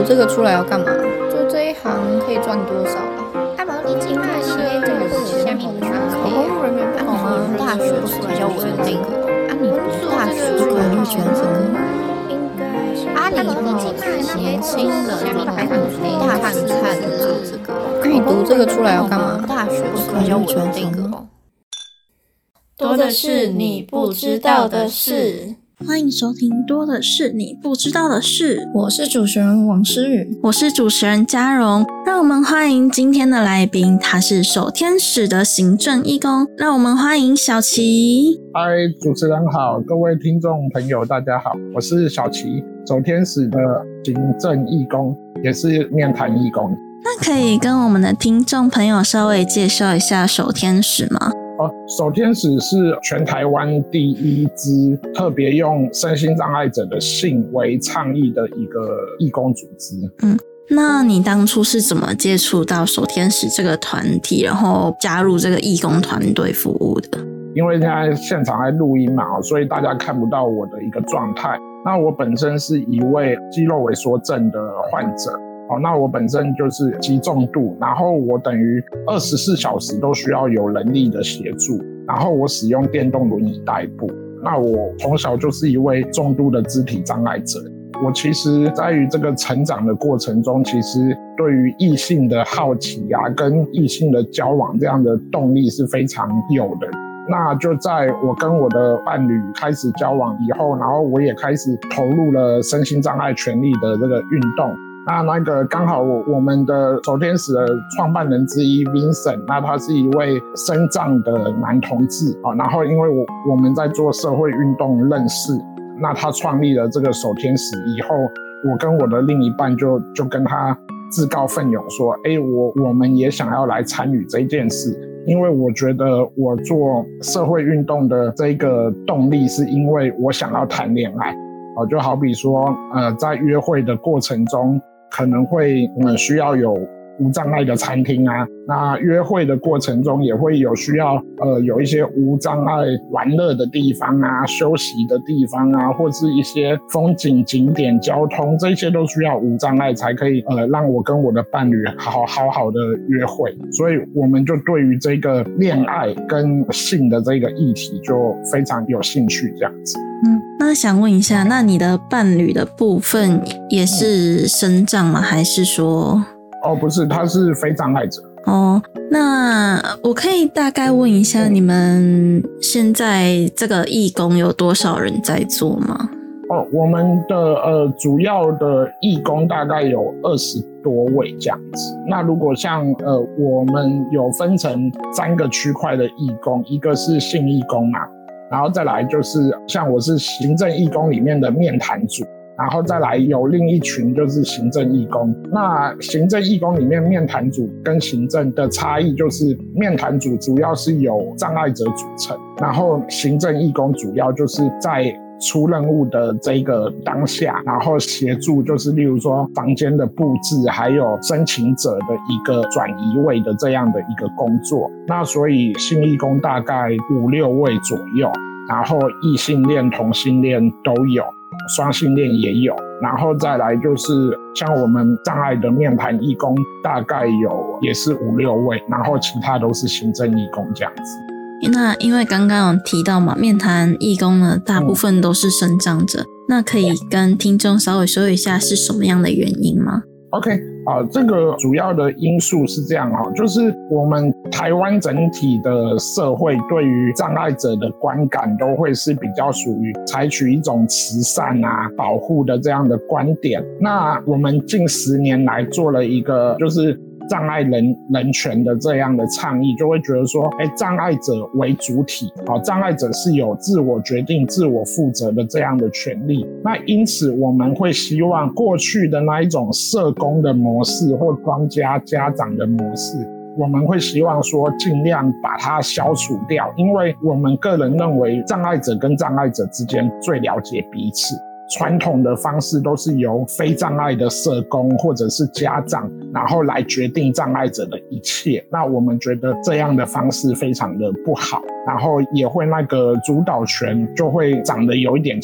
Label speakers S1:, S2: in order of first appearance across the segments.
S1: 这个出来要干嘛？做这一行可以赚多少啊？
S2: 阿毛你今晚是这个是下面的
S1: 考公务人员办
S2: 大学是比较稳定的啊，你大学
S1: 可能选择
S2: 阿里年轻人大学看的这个，
S1: 你读这个出来要干嘛？
S2: 大学是比较稳定的哦。
S3: 多的是你不知道的事。
S4: 欢迎收听多的是你不知道的事，
S1: 我是主持人王诗雨，
S4: 我是主持人嘉荣。让我们欢迎今天的来宾，他是守天使的行政义工，让我们欢迎小琪。
S5: 嗨，主持人好，各位听众朋友大家好，我是小琪，守天使的行政义工，也是面谈义工。
S4: 那可以跟我们的听众朋友稍微介绍一下守天使吗？
S5: 守天使是全台湾第一支特别用身心障碍者的性为倡议的一个义工组织。
S4: 那你当初是怎么接触到守天使这个团体，然后加入这个义工团队服务的？
S5: 因为现在现场在录音嘛，所以大家看不到我的一个状态。那我本身是一位肌肉萎缩症的患者。那我本身就是极重度，然后我等于24小时都需要有人力的协助，然后我使用电动轮椅代步。那我从小就是一位重度的肢体障碍者。我其实在于这个成长的过程中，其实对于异性的好奇啊，跟异性的交往这样的动力是非常有的。那就在我跟我的伴侣开始交往以后，然后我也开始投入了身心障碍权利的这个运动。那个刚好我们的守天使的创办人之一 Vincent， 那他是一位身障的男同志，然后因为我们在做社会运动认识，那他创立了这个守天使以后，我跟我的另一半就跟他自告奋勇说，我们也想要来参与这件事，因为我觉得我做社会运动的这个动力是因为我想要谈恋爱，就好比说在约会的过程中可能会需要有无障碍的餐厅啊，那约会的过程中也会有需要有一些无障碍玩乐的地方啊，休息的地方啊，或是一些风景景点交通，这些都需要无障碍才可以让我跟我的伴侣好的约会。所以我们就对于这个恋爱跟性的这个议题就非常有兴趣这样子。
S4: 那想问一下，那你的伴侣的部分也是身障吗？还是说？
S5: 不是，他是非障碍者。
S4: 那我可以大概问一下，你们现在这个义工有多少人在做吗？
S5: 我们的主要的义工大概有20多位这样子。那如果像我们有分成3个区块的义工，一个是性义工嘛，然后再来就是像我是行政义工里面的面谈组，然后再来有另一群就是行政义工。那行政义工里面面谈组跟行政的差异就是面谈组主要是由障碍者组成，然后行政义工主要就是在出任务的这个当下，然后协助就是例如说房间的布置，还有申请者的一个转移位的这样的一个工作。那所以性义工大概5-6位左右，然后异性恋同性恋都有，双性恋也有，然后再来就是像我们障碍的面谈义工大概也是5-6位，然后其他都是行政义工这样子。
S4: 那因为刚刚有提到嘛，面谈义工呢大部分都是身障者，那可以跟听众稍微说一下是什么样的原因吗？
S5: OK， 这个主要的因素是这样，就是我们台湾整体的社会对于障碍者的观感都会是比较属于采取一种慈善啊保护的这样的观点。那我们近10年来做了一个就是障碍人权的这样的倡议，就会觉得说障碍者为主体，障碍者是有自我决定自我负责的这样的权利。那因此我们会希望过去的那一种社工的模式或专家家长的模式，我们会希望说尽量把它消除掉，因为我们个人认为障碍者跟障碍者之间最了解彼此。传统的方式都是由非障碍的社工或者是家长，然后来决定障碍者的一切。那我们觉得这样的方式非常的不好，然后也会那个主导权就会长得有一点奇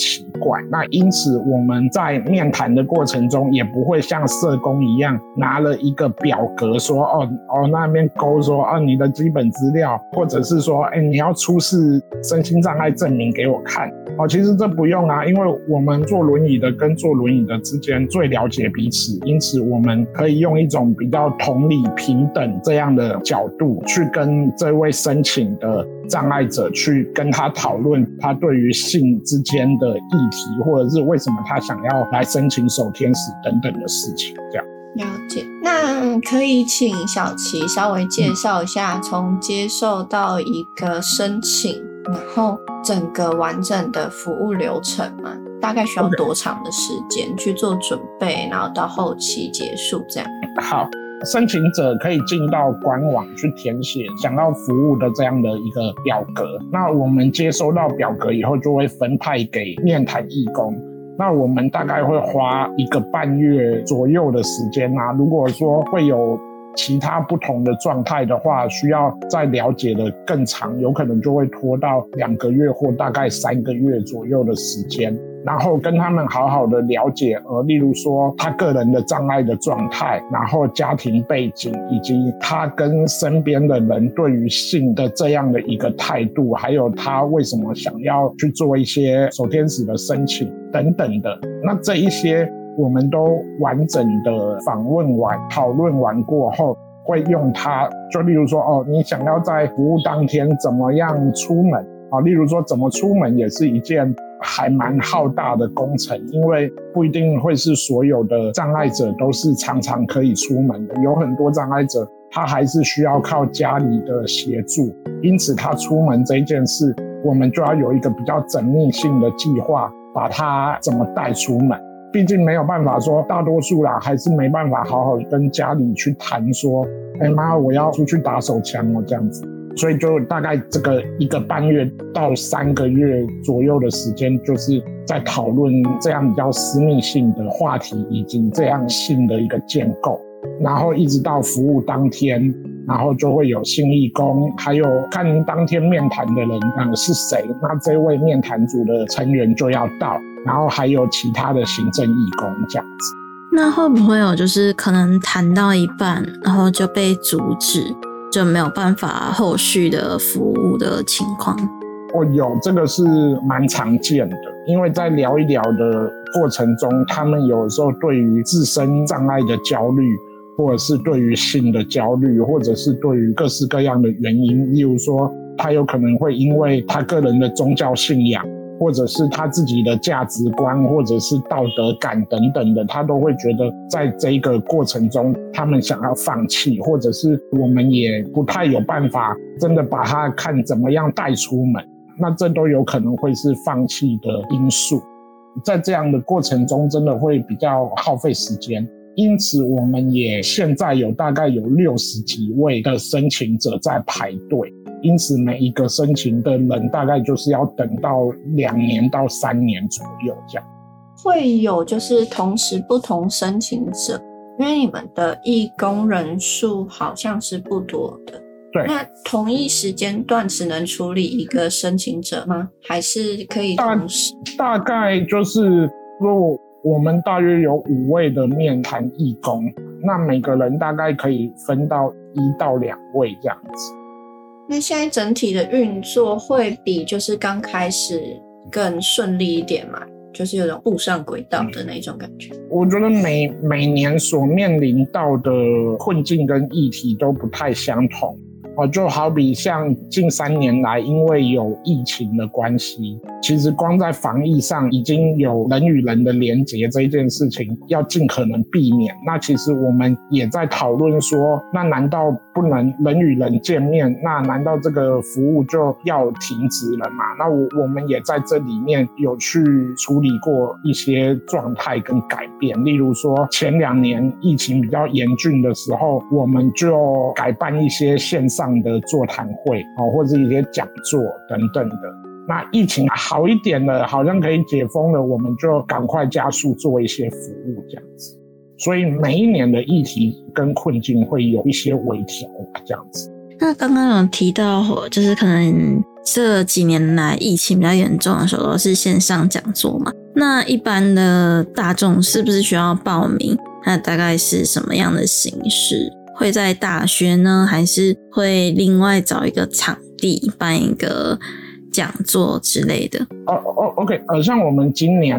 S5: 管。那因此我们在面谈的过程中也不会像社工一样拿了一个表格说那边勾说你的基本资料，或者是说你要出示身心障碍证明给我看。其实这不用啊，因为我们坐轮椅的跟坐轮椅的之间最了解彼此，因此我们可以用一种比较同理平等这样的角度去跟这位申请的障碍者去跟他讨论他对于性之间的议题，或者是为什么他想要来申请手天使等等的事情这样。
S3: 了解，那可以请小琪稍微介绍一下从接受到一个申请然后整个完整的服务流程吗？大概需要多长的时间去做准备，然后到后期结束这样？
S5: 好，申请者可以进到官网去填写想要服务的这样的一个表格，那我们接收到表格以后就会分派给面谈义工，那我们大概会花1个半月左右的时间啊。如果说会有其他不同的状态的话，需要再了解的更长，有可能就会拖到2个月或大概3个月左右的时间，然后跟他们好好的了解例如说他个人的障碍的状态，然后家庭背景，以及他跟身边的人对于性的这样的一个态度，还有他为什么想要去做一些手天使的申请等等的。那这一些我们都完整的访问完讨论完过后，会用它，就例如说你想要在服务当天怎么样出门例如说怎么出门也是一件还蛮浩大的工程，因为不一定会是所有的障碍者都是常常可以出门的，有很多障碍者他还是需要靠家里的协助，因此他出门这件事我们就要有一个比较缜密性的计划，把他怎么带出门。毕竟没有办法说大多数啦，还是没办法好好跟家里去谈说妈我要出去打手枪这样子，所以就大概这个1个半月到3个月左右的时间，就是在讨论这样比较私密性的话题以及这样性的一个建构，然后一直到服务当天，然后就会有性义工，还有看当天面谈的人是谁，那这位面谈组的成员就要到，然后还有其他的行政义工这样子。
S4: 那会不会有就是可能谈到一半然后就被阻止，就没有办法后续的服务的情况？
S5: 有，这个是蛮常见的，因为在聊一聊的过程中，他们有时候对于自身障碍的焦虑，或者是对于性的焦虑，或者是对于各式各样的原因，例如说他有可能会因为他个人的宗教信仰，或者是他自己的价值观，或者是道德感等等的，他都会觉得在这一个过程中他们想要放弃，或者是我们也不太有办法真的把他看怎么样带出门，那这都有可能会是放弃的因素。在这样的过程中真的会比较耗费时间，因此我们也现在大概有60几位的申请者在排队，因此每一个申请的人大概就是要等到2年到3年左右这样。
S3: 会有就是同时不同申请者，因为你们的义工人数好像是不多的。
S5: 对，
S3: 那同一时间段只能处理一个申请者吗？还是可以同时？
S5: 大概就是说我们大约有5位的面谈义工，那每个人大概可以分到1到2位这样子。
S3: 那现在整体的运作会比就是刚开始更顺利一点嘛？就是有种步上轨道的那种感觉。
S5: 我觉得每年所面临到的困境跟议题都不太相同。就好比像近3年来因为有疫情的关系，其实光在防疫上已经有人与人的连结这一件事情要尽可能避免，那其实我们也在讨论说，那难道不能人与人见面，那难道这个服务就要停止了吗？那我们也在这里面有去处理过一些状态跟改变，例如说前2年疫情比较严峻的时候，我们就改办一些线上的座谈会或者一些讲座等等的。那疫情好一点了，好像可以解封了，我们就赶快加速做一些服务这样子。所以每一年的议题跟困境会有一些微调这样子。
S4: 那刚刚有提到就是可能这几年来疫情比较严重的时候都是线上讲座嘛， 那一般的大众是不是需要报名？那大概是什么样的形式？会在大学呢，还是会另外找一个场地办一个讲座之类的
S5: ？OK， 像我们今年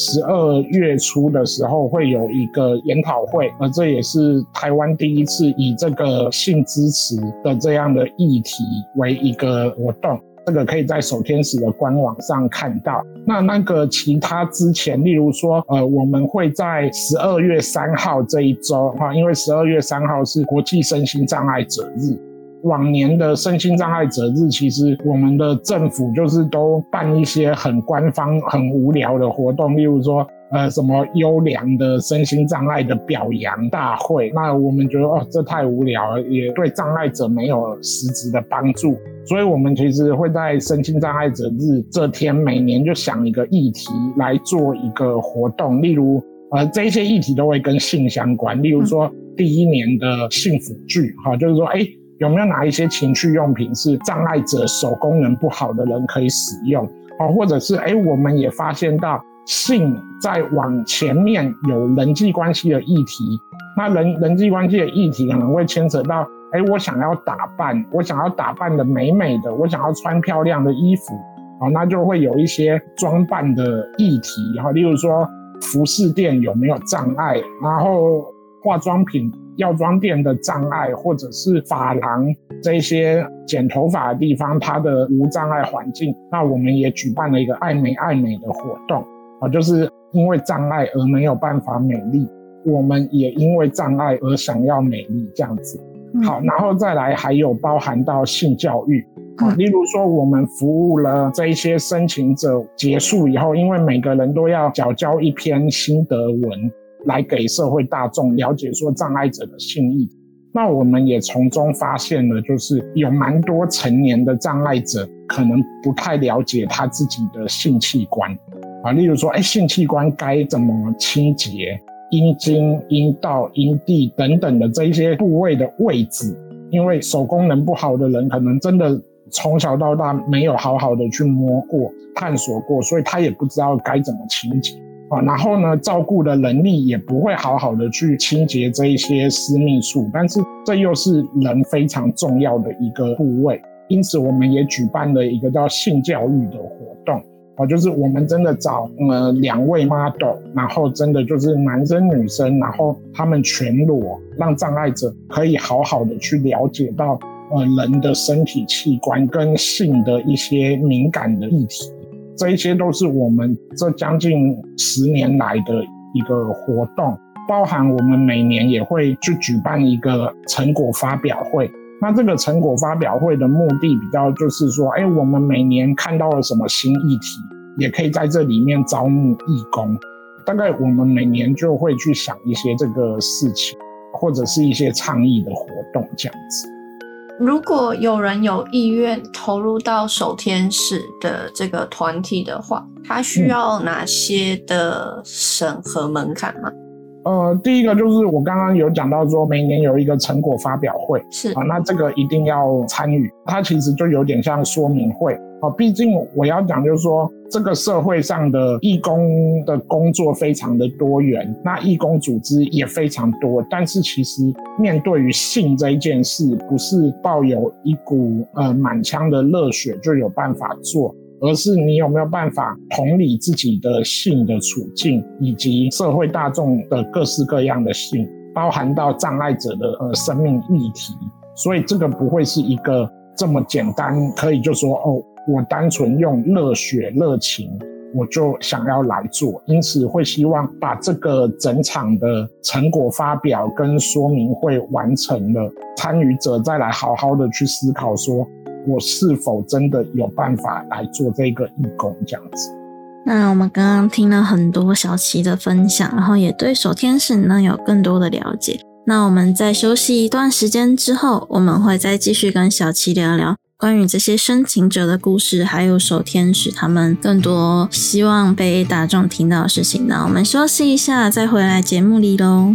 S5: 12月初的时候会有一个研讨会，这也是台湾第一次以这个性支持的这样的议题为一个活动。这个可以在守天使的官网上看到。那个其他之前，例如说，我们会在12月3号这一周，因为12月3号是国际身心障碍者日。往年的身心障碍者日，其实我们的政府就是都办一些很官方、很无聊的活动，例如说，什么优良的身心障碍的表扬大会。那我们觉得这太无聊了，也对障碍者没有实质的帮助。所以我们其实会在身心障碍者日这天每年就想一个议题来做一个活动，例如这一些议题都会跟性相关，例如说第一年的性辅具，就是说有没有哪一些情趣用品是障碍者手功能不好的人可以使用，或者是我们也发现到性在往前面有人际关系的议题，那人际关系的议题可能会牵扯到我想要打扮的美美的，我想要穿漂亮的衣服，那就会有一些装扮的议题，例如说服饰店有没有障碍，然后化妆品药妆店的障碍，或者是发廊这些剪头发的地方它的无障碍环境。那我们也举办了一个爱美的活动，就是因为障碍而没有办法美丽，我们也因为障碍而想要美丽，这样子。好，然后再来还有包含到性教育，例如说我们服务了这一些申请者结束以后，因为每个人都要缴交一篇心得文来给社会大众了解说障碍者的性议题。那我们也从中发现了，就是有蛮多成年的障碍者可能不太了解他自己的性器官，例如说性器官该怎么清洁，阴茎、阴道、阴蒂等等的这一些部位的位置，因为手功能不好的人可能真的从小到大没有好好的去摸过、探索过，所以他也不知道该怎么清洁。然后呢，照顾的能力也不会好好的去清洁这一些私密处，但是这又是人非常重要的一个部位，因此我们也举办了一个叫性教育的活动，就是我们真的找2位 model， 然后真的就是男生女生，然后他们全裸，让障碍者可以好好的去了解到人的身体器官跟性的一些敏感的议题。这一些都是我们这将近10年来的一个活动，包含我们每年也会去举办一个成果发表会。那这个成果发表会的目的比较就是说，我们每年看到了什么新议题，也可以在这里面招募义工。大概我们每年就会去想一些这个事情，或者是一些倡议的活动这样子。
S3: 如果有人有意愿投入到守天使的这个团体的话，他需要哪些的审核门槛吗？
S5: 第一个就是我刚刚有讲到说每年有一个成果发表会，
S3: 是
S5: 那这个一定要参与，它其实就有点像说明会。毕竟我要讲就是说，这个社会上的义工的工作非常的多元，那义工组织也非常多，但是其实面对于性这一件事，不是抱有一股满腔的热血就有办法做，而是你有没有办法同理自己的性的处境，以及社会大众的各式各样的性，包含到障碍者的生命议题。所以这个不会是一个这么简单可以就说我单纯用热血热情我就想要来做，因此会希望把这个整场的成果发表跟说明会完成了，参与者再来好好的去思考说我是否真的有办法来做这个义工这样子。
S4: 那我们刚刚听了很多小琪的分享，然后也对守天使呢有更多的了解。那我们在休息一段时间之后，我们会再继续跟小琪聊聊关于这些申请者的故事，还有守天使他们更多希望被大众听到的事情。那我们休息一下再回来节目里咯。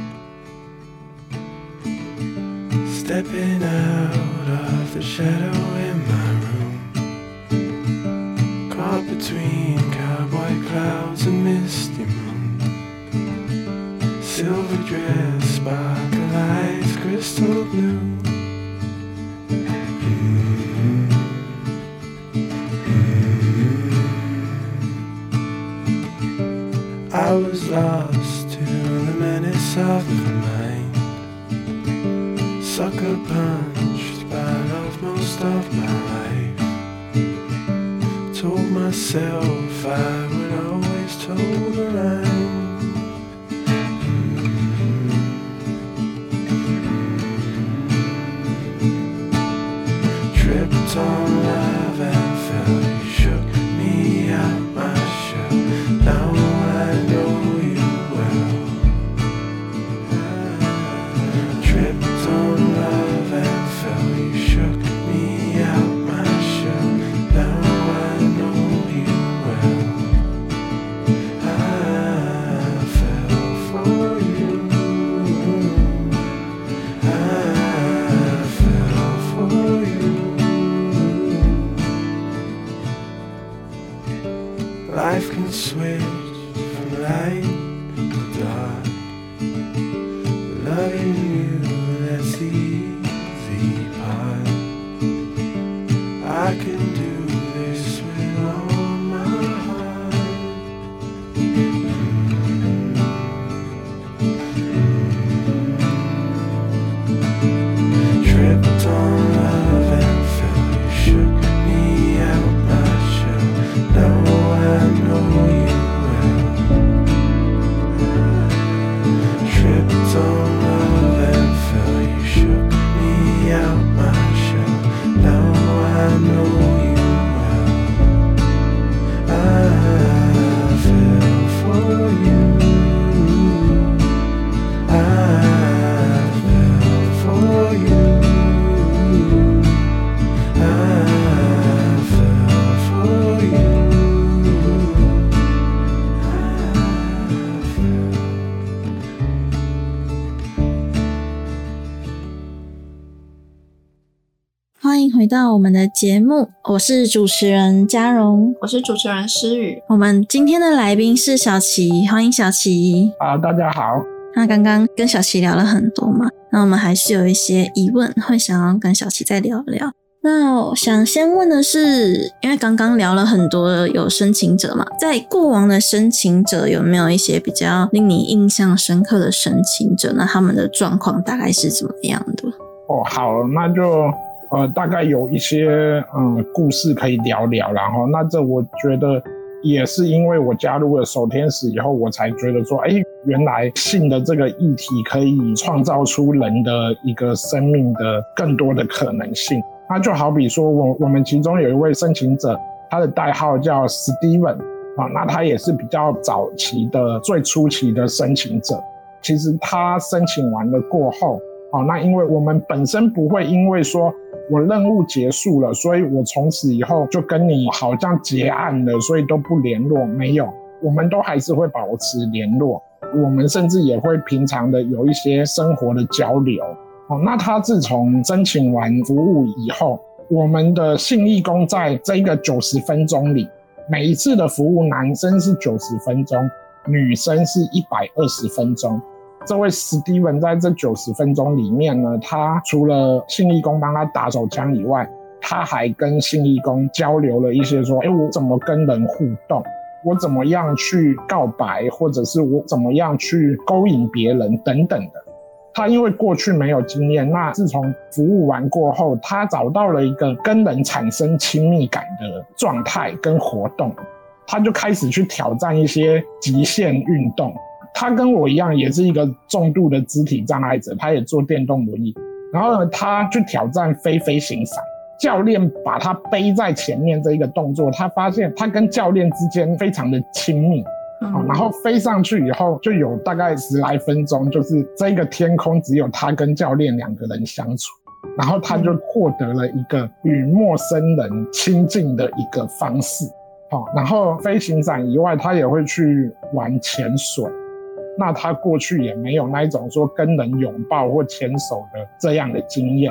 S6: Stepping out of the shadow in my room, caught between cowboy clouds, a misty moon, silver dress, sparkle eyes, crystal blue. I was lost to the menace of the mind, sucker punched, part of most of my life. Told myself I would always toe the line. Tripped on love and fell, you shook me out my shell. Now I know you well. Tripped on love and fell, you shook me out my shell. Now I know you well. I fell for you. I fell for you. Life can switch from light to dark. Loving you, that's the easy part. I can do this with all my heart. Tripped on love and fell, you shook me out my shell. Now I know you well. Tripped on love and fell, you shook me out my shell. Now I know you well. I fell for you. I fell for you. I fell for you.
S4: 欢迎回到我们的节目，我是主持人嘉荣。
S3: 我是主持人诗雨。
S4: 我们今天的来宾是小琪，欢迎小琪。
S5: 大家好。
S4: 那刚刚跟小琪聊了很多嘛，那我们还是有一些疑问会想要跟小琪再聊聊。那我想先问的是，因为刚刚聊了很多有申请者嘛，在过往的申请者有没有一些比较令你印象深刻的申请者？那他们的状况大概是怎么样的？
S5: 好，那就大概有一些故事可以聊聊，然后那这我觉得也是因为我加入了守天使以后，我才觉得说，原来性的这个议题可以创造出人的一个生命的更多的可能性。那就好比说我们其中有一位申请者，他的代号叫 Steven 那他也是比较早期的最初期的申请者。其实他申请完了过后那因为我们本身不会因为说我任务结束了，所以我从此以后就跟你好像结案了，所以都不联络。没有，我们都还是会保持联络，我们甚至也会平常的有一些生活的交流。那他自从申请完服务以后，我们的性义工在这个90分钟里，每一次的服务男生是90分钟，女生是120分钟。这位 Steven 在这90分钟里面呢，他除了性义工帮他打手枪以外，他还跟性义工交流了一些说，我怎么跟人互动，我怎么样去告白，或者是我怎么样去勾引别人等等的。他因为过去没有经验，那自从服务完过后，他找到了一个跟人产生亲密感的状态跟活动，他就开始去挑战一些极限运动。他跟我一样也是一个重度的肢体障碍者，他也坐电动轮椅，然后呢他去挑战飞行伞。教练把他背在前面这一个动作，他发现他跟教练之间非常的亲密然后飞上去以后就有大概10来分钟，就是这个天空只有他跟教练2个人相处，然后他就获得了一个与陌生人亲近的一个方式然后飞行伞以外，他也会去玩潜水。那他过去也没有那一种说跟人拥抱或牵手的这样的经验，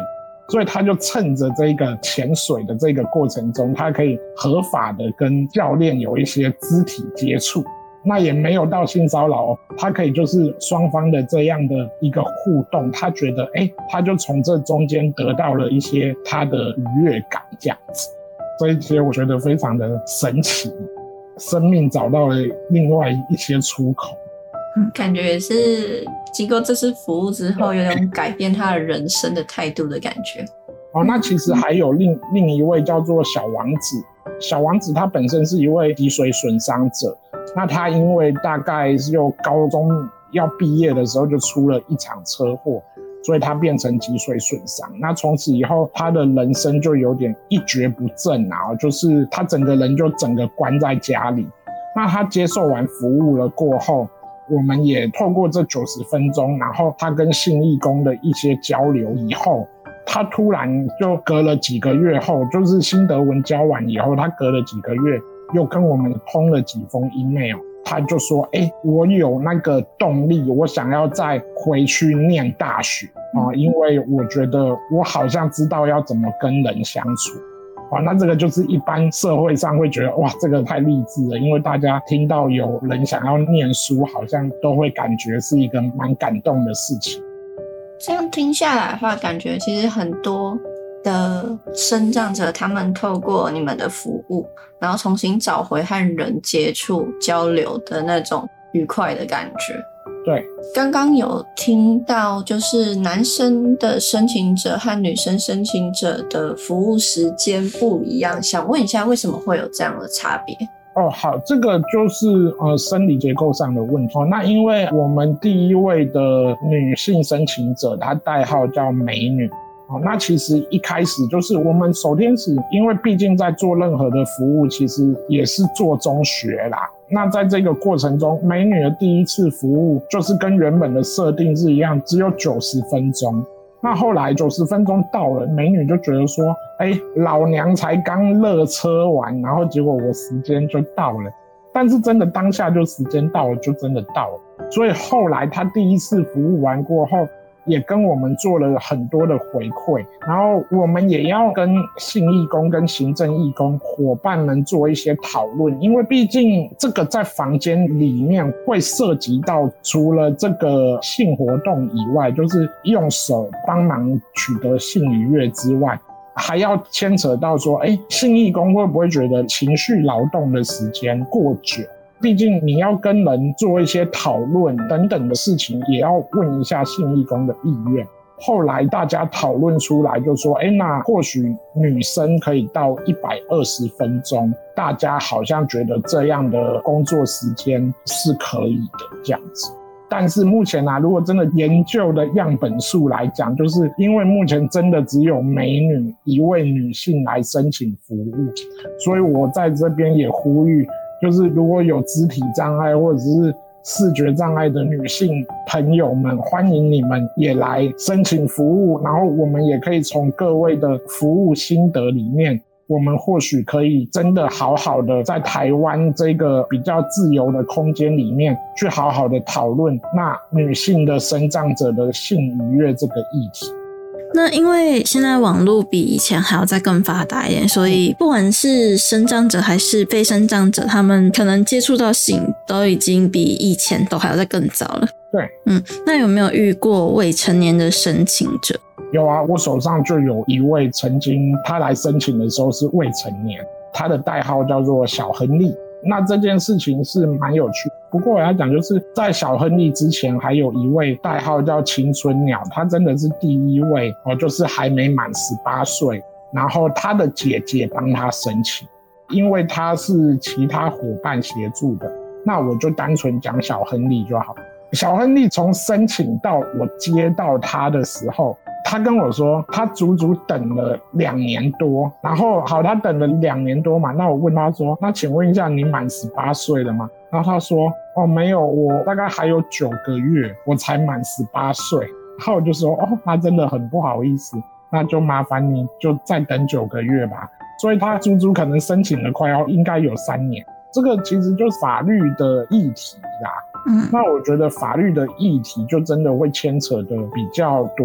S5: 所以他就趁着这个潜水的这个过程中，他可以合法的跟教练有一些肢体接触，那也没有到性骚扰，他可以就是双方的这样的一个互动，他觉得他就从这中间得到了一些他的愉悦感这样子，所以其实我觉得非常的神奇，生命找到了另外一些出口。
S3: 感觉也是经过这次服务之后，有种改变他的人生的态度的感觉。
S5: 那其实还有另一位叫做小王子，小王子他本身是一位脊髓损伤者，那他因为大概是高中要毕业的时候就出了一场车祸，所以他变成脊髓损伤。那从此以后他的人生就有点一蹶不振啊，就是他整个人就整个关在家里。那他接受完服务了过后，我们也透过这90分钟，然后他跟性义工的一些交流以后，他突然就隔了几个月后，就是新德文教完以后，他隔了几个月又跟我们通了几封 email， 他就说我有那个动力，我想要再回去念大学因为我觉得我好像知道要怎么跟人相处。那这个就是一般社会上会觉得哇，这个太励志了，因为大家听到有人想要念书，好像都会感觉是一个蛮感动的事情。
S3: 这样听下来的话，感觉其实很多的身障者他们透过你们的服务，然后重新找回和人接触交流的那种愉快的感觉。
S5: 对，
S3: 刚刚有听到就是男生的申请者和女生申请者的服务时间不一样，想问一下为什么会有这样的差别？
S5: 好，这个就是生理结构上的问题。那因为我们第一位的女性申请者，她代号叫美女。那其实一开始就是我们守天使，因为毕竟在做任何的服务，其实也是做中学啦。那在这个过程中，美女的第一次服务就是跟原本的设定是一样，只有90分钟。那后来90分钟到了，美女就觉得说，老娘才刚热车完，然后结果我时间就到了。但是真的当下就时间到了，就真的到了。所以后来她第一次服务完过后，也跟我们做了很多的回馈，然后我们也要跟性义工跟行政义工伙伴们做一些讨论，因为毕竟这个在房间里面会涉及到除了这个性活动以外，就是用手帮忙取得性愉悦之外，还要牵扯到说性义工会不会觉得情绪劳动的时间过久，毕竟你要跟人做一些讨论等等的事情，也要问一下性义工的意愿。后来大家讨论出来就说那或许女生可以到120分钟，大家好像觉得这样的工作时间是可以的这样子。但是目前如果真的研究的样本数来讲，就是因为目前真的只有美女一位女性来申请服务，所以我在这边也呼吁，就是如果有肢体障碍或者是视觉障碍的女性朋友们，欢迎你们也来申请服务，然后我们也可以从各位的服务心得里面，我们或许可以真的好好的在台湾这个比较自由的空间里面去好好的讨论那女性的身障者的性愉悦这个议题。
S4: 那因为现在网络比以前还要再更发达一点，所以不管是身障者还是非身障者，他们可能接触到性都已经比以前都还要再更早了。
S5: 对，
S4: 那有没有遇过未成年的申请者？
S5: 有啊，我手上就有一位曾经他来申请的时候是未成年，他的代号叫做小亨利。那这件事情是蛮有趣，不过我要讲就是在小亨利之前还有一位代号叫青春鸟，他真的是第一位就是还没满18岁，然后他的姐姐帮他申请，因为他是其他伙伴协助的，那我就单纯讲小亨利就好。小亨利从申请到我接到他的时候，他跟我说他足足等了2年多，然后好，他等了2年多嘛，那我问他说，那请问一下你满18岁了吗？然后他说没有，我大概还有9个月我才满18岁。然后我就说那真的很不好意思，那就麻烦你就再等9个月吧。所以他足足可能申请了应该有3年，这个其实就是法律的议题啦。那我觉得法律的议题就真的会牵扯的比较多，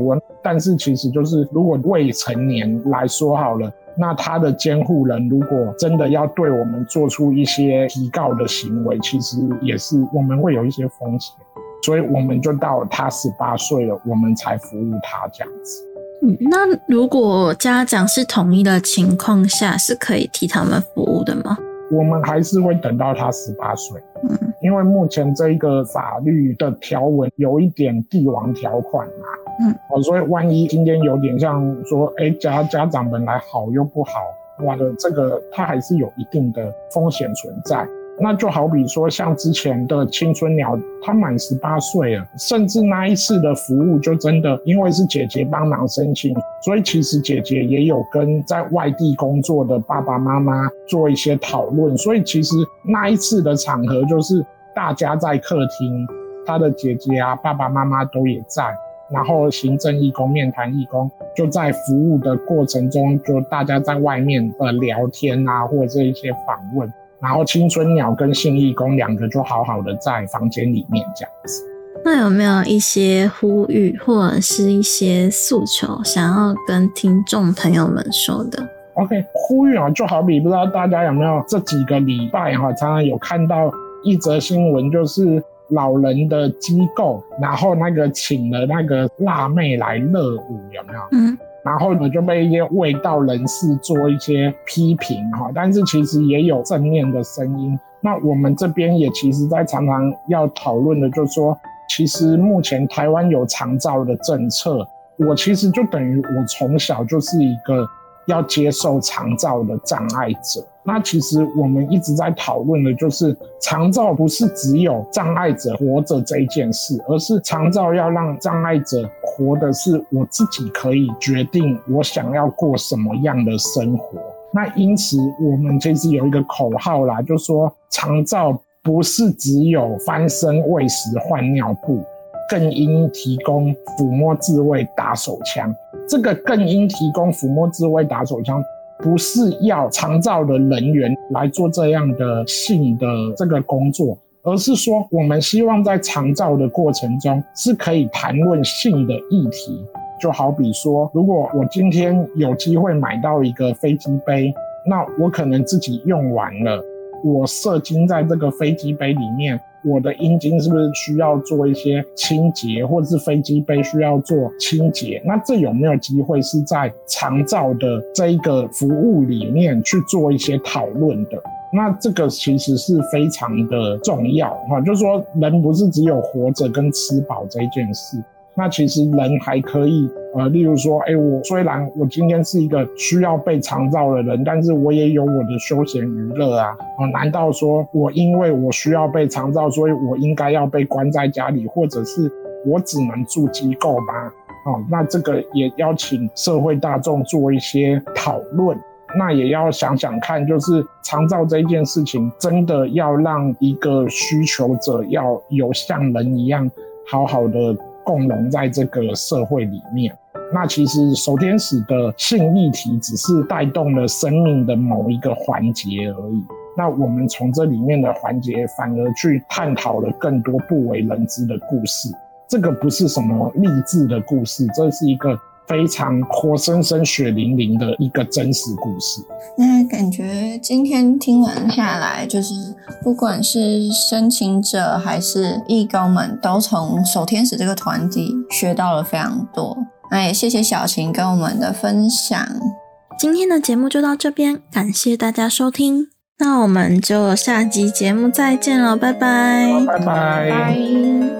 S5: 但是其实就是如果未成年来说好了，那他的监护人如果真的要对我们做出一些提告的行为，其实也是我们会有一些风险，所以我们就到他18岁了，我们才服务他这样子。
S4: 那如果家长是同意的情况下，是可以替他们服务的吗？
S5: 我们还是会等到他18岁，因为目前这一个法律的条文有一点帝王条款嘛，所以万一今天有点像说，家长本来好又不好，哇的这个它还是有一定的风险存在。那就好比说像之前的青春鸟，他满18岁了，甚至那一次的服务就真的因为是姐姐帮忙申请，所以其实姐姐也有跟在外地工作的爸爸妈妈做一些讨论，所以其实那一次的场合就是大家在客厅，他的姐姐啊爸爸妈妈都也在，然后行政义工面谈义工就在服务的过程中，就大家在外面聊天啊，或者一些访问，然后青春鸟跟性义工两个就好好的在房间里面这样子。
S4: 那有没有一些呼吁或者是一些诉求想要跟听众朋友们说的？
S5: OK， 呼吁就好比不知道大家有没有这几个礼拜常常有看到一则新闻，就是老人的机构，然后那个请了那个辣妹来热舞，有没有？然后呢就被一些卫道人士做一些批评，但是其实也有正面的声音。那我们这边也其实在常常要讨论的就是说，其实目前台湾有长照的政策，我其实就等于我从小就是一个要接受长照的障碍者。那其实我们一直在讨论的就是长照不是只有障碍者活着这一件事，而是长照要让障碍者活的是我自己可以决定我想要过什么样的生活。那因此我们其实有一个口号啦，就说长照不是只有翻身喂食换尿布，更应提供抚摸自慰打手枪。这个更应提供抚摸自慰打手枪不是要长照的人员来做这样的性的这个工作，而是说我们希望在长照的过程中是可以谈论性的议题。就好比说，如果我今天有机会买到一个飞机杯，那我可能自己用完了，我射精在这个飞机杯里面，我的阴茎是不是需要做一些清洁，或者是飞机杯需要做清洁？那这有没有机会是在长照的这一个服务里面去做一些讨论的？那这个其实是非常的重要，就是说人不是只有活着跟吃饱这一件事。那其实人还可以例如说我虽然我今天是一个需要被长照的人，但是我也有我的休闲娱乐啊，难道说我因为我需要被长照，所以我应该要被关在家里，或者是我只能住机构吗？那这个也要请社会大众做一些讨论。那也要想想看，就是长照这件事情真的要让一个需求者要有像人一样好好的共融在这个社会里面。那其实守天使的性议题只是带动了生命的某一个环节而已，那我们从这里面的环节反而去探讨了更多不为人知的故事。这个不是什么励志的故事，这是一个非常活生生血淋淋的一个真实故事。
S3: 那感觉今天听完下来，就是不管是申请者还是义工们，都从守天使这个团体学到了非常多。那也谢谢小晴跟我们的分享。
S4: 今天的节目就到这边，感谢大家收听，那我们就下集节目再见了，拜拜，
S5: 拜拜。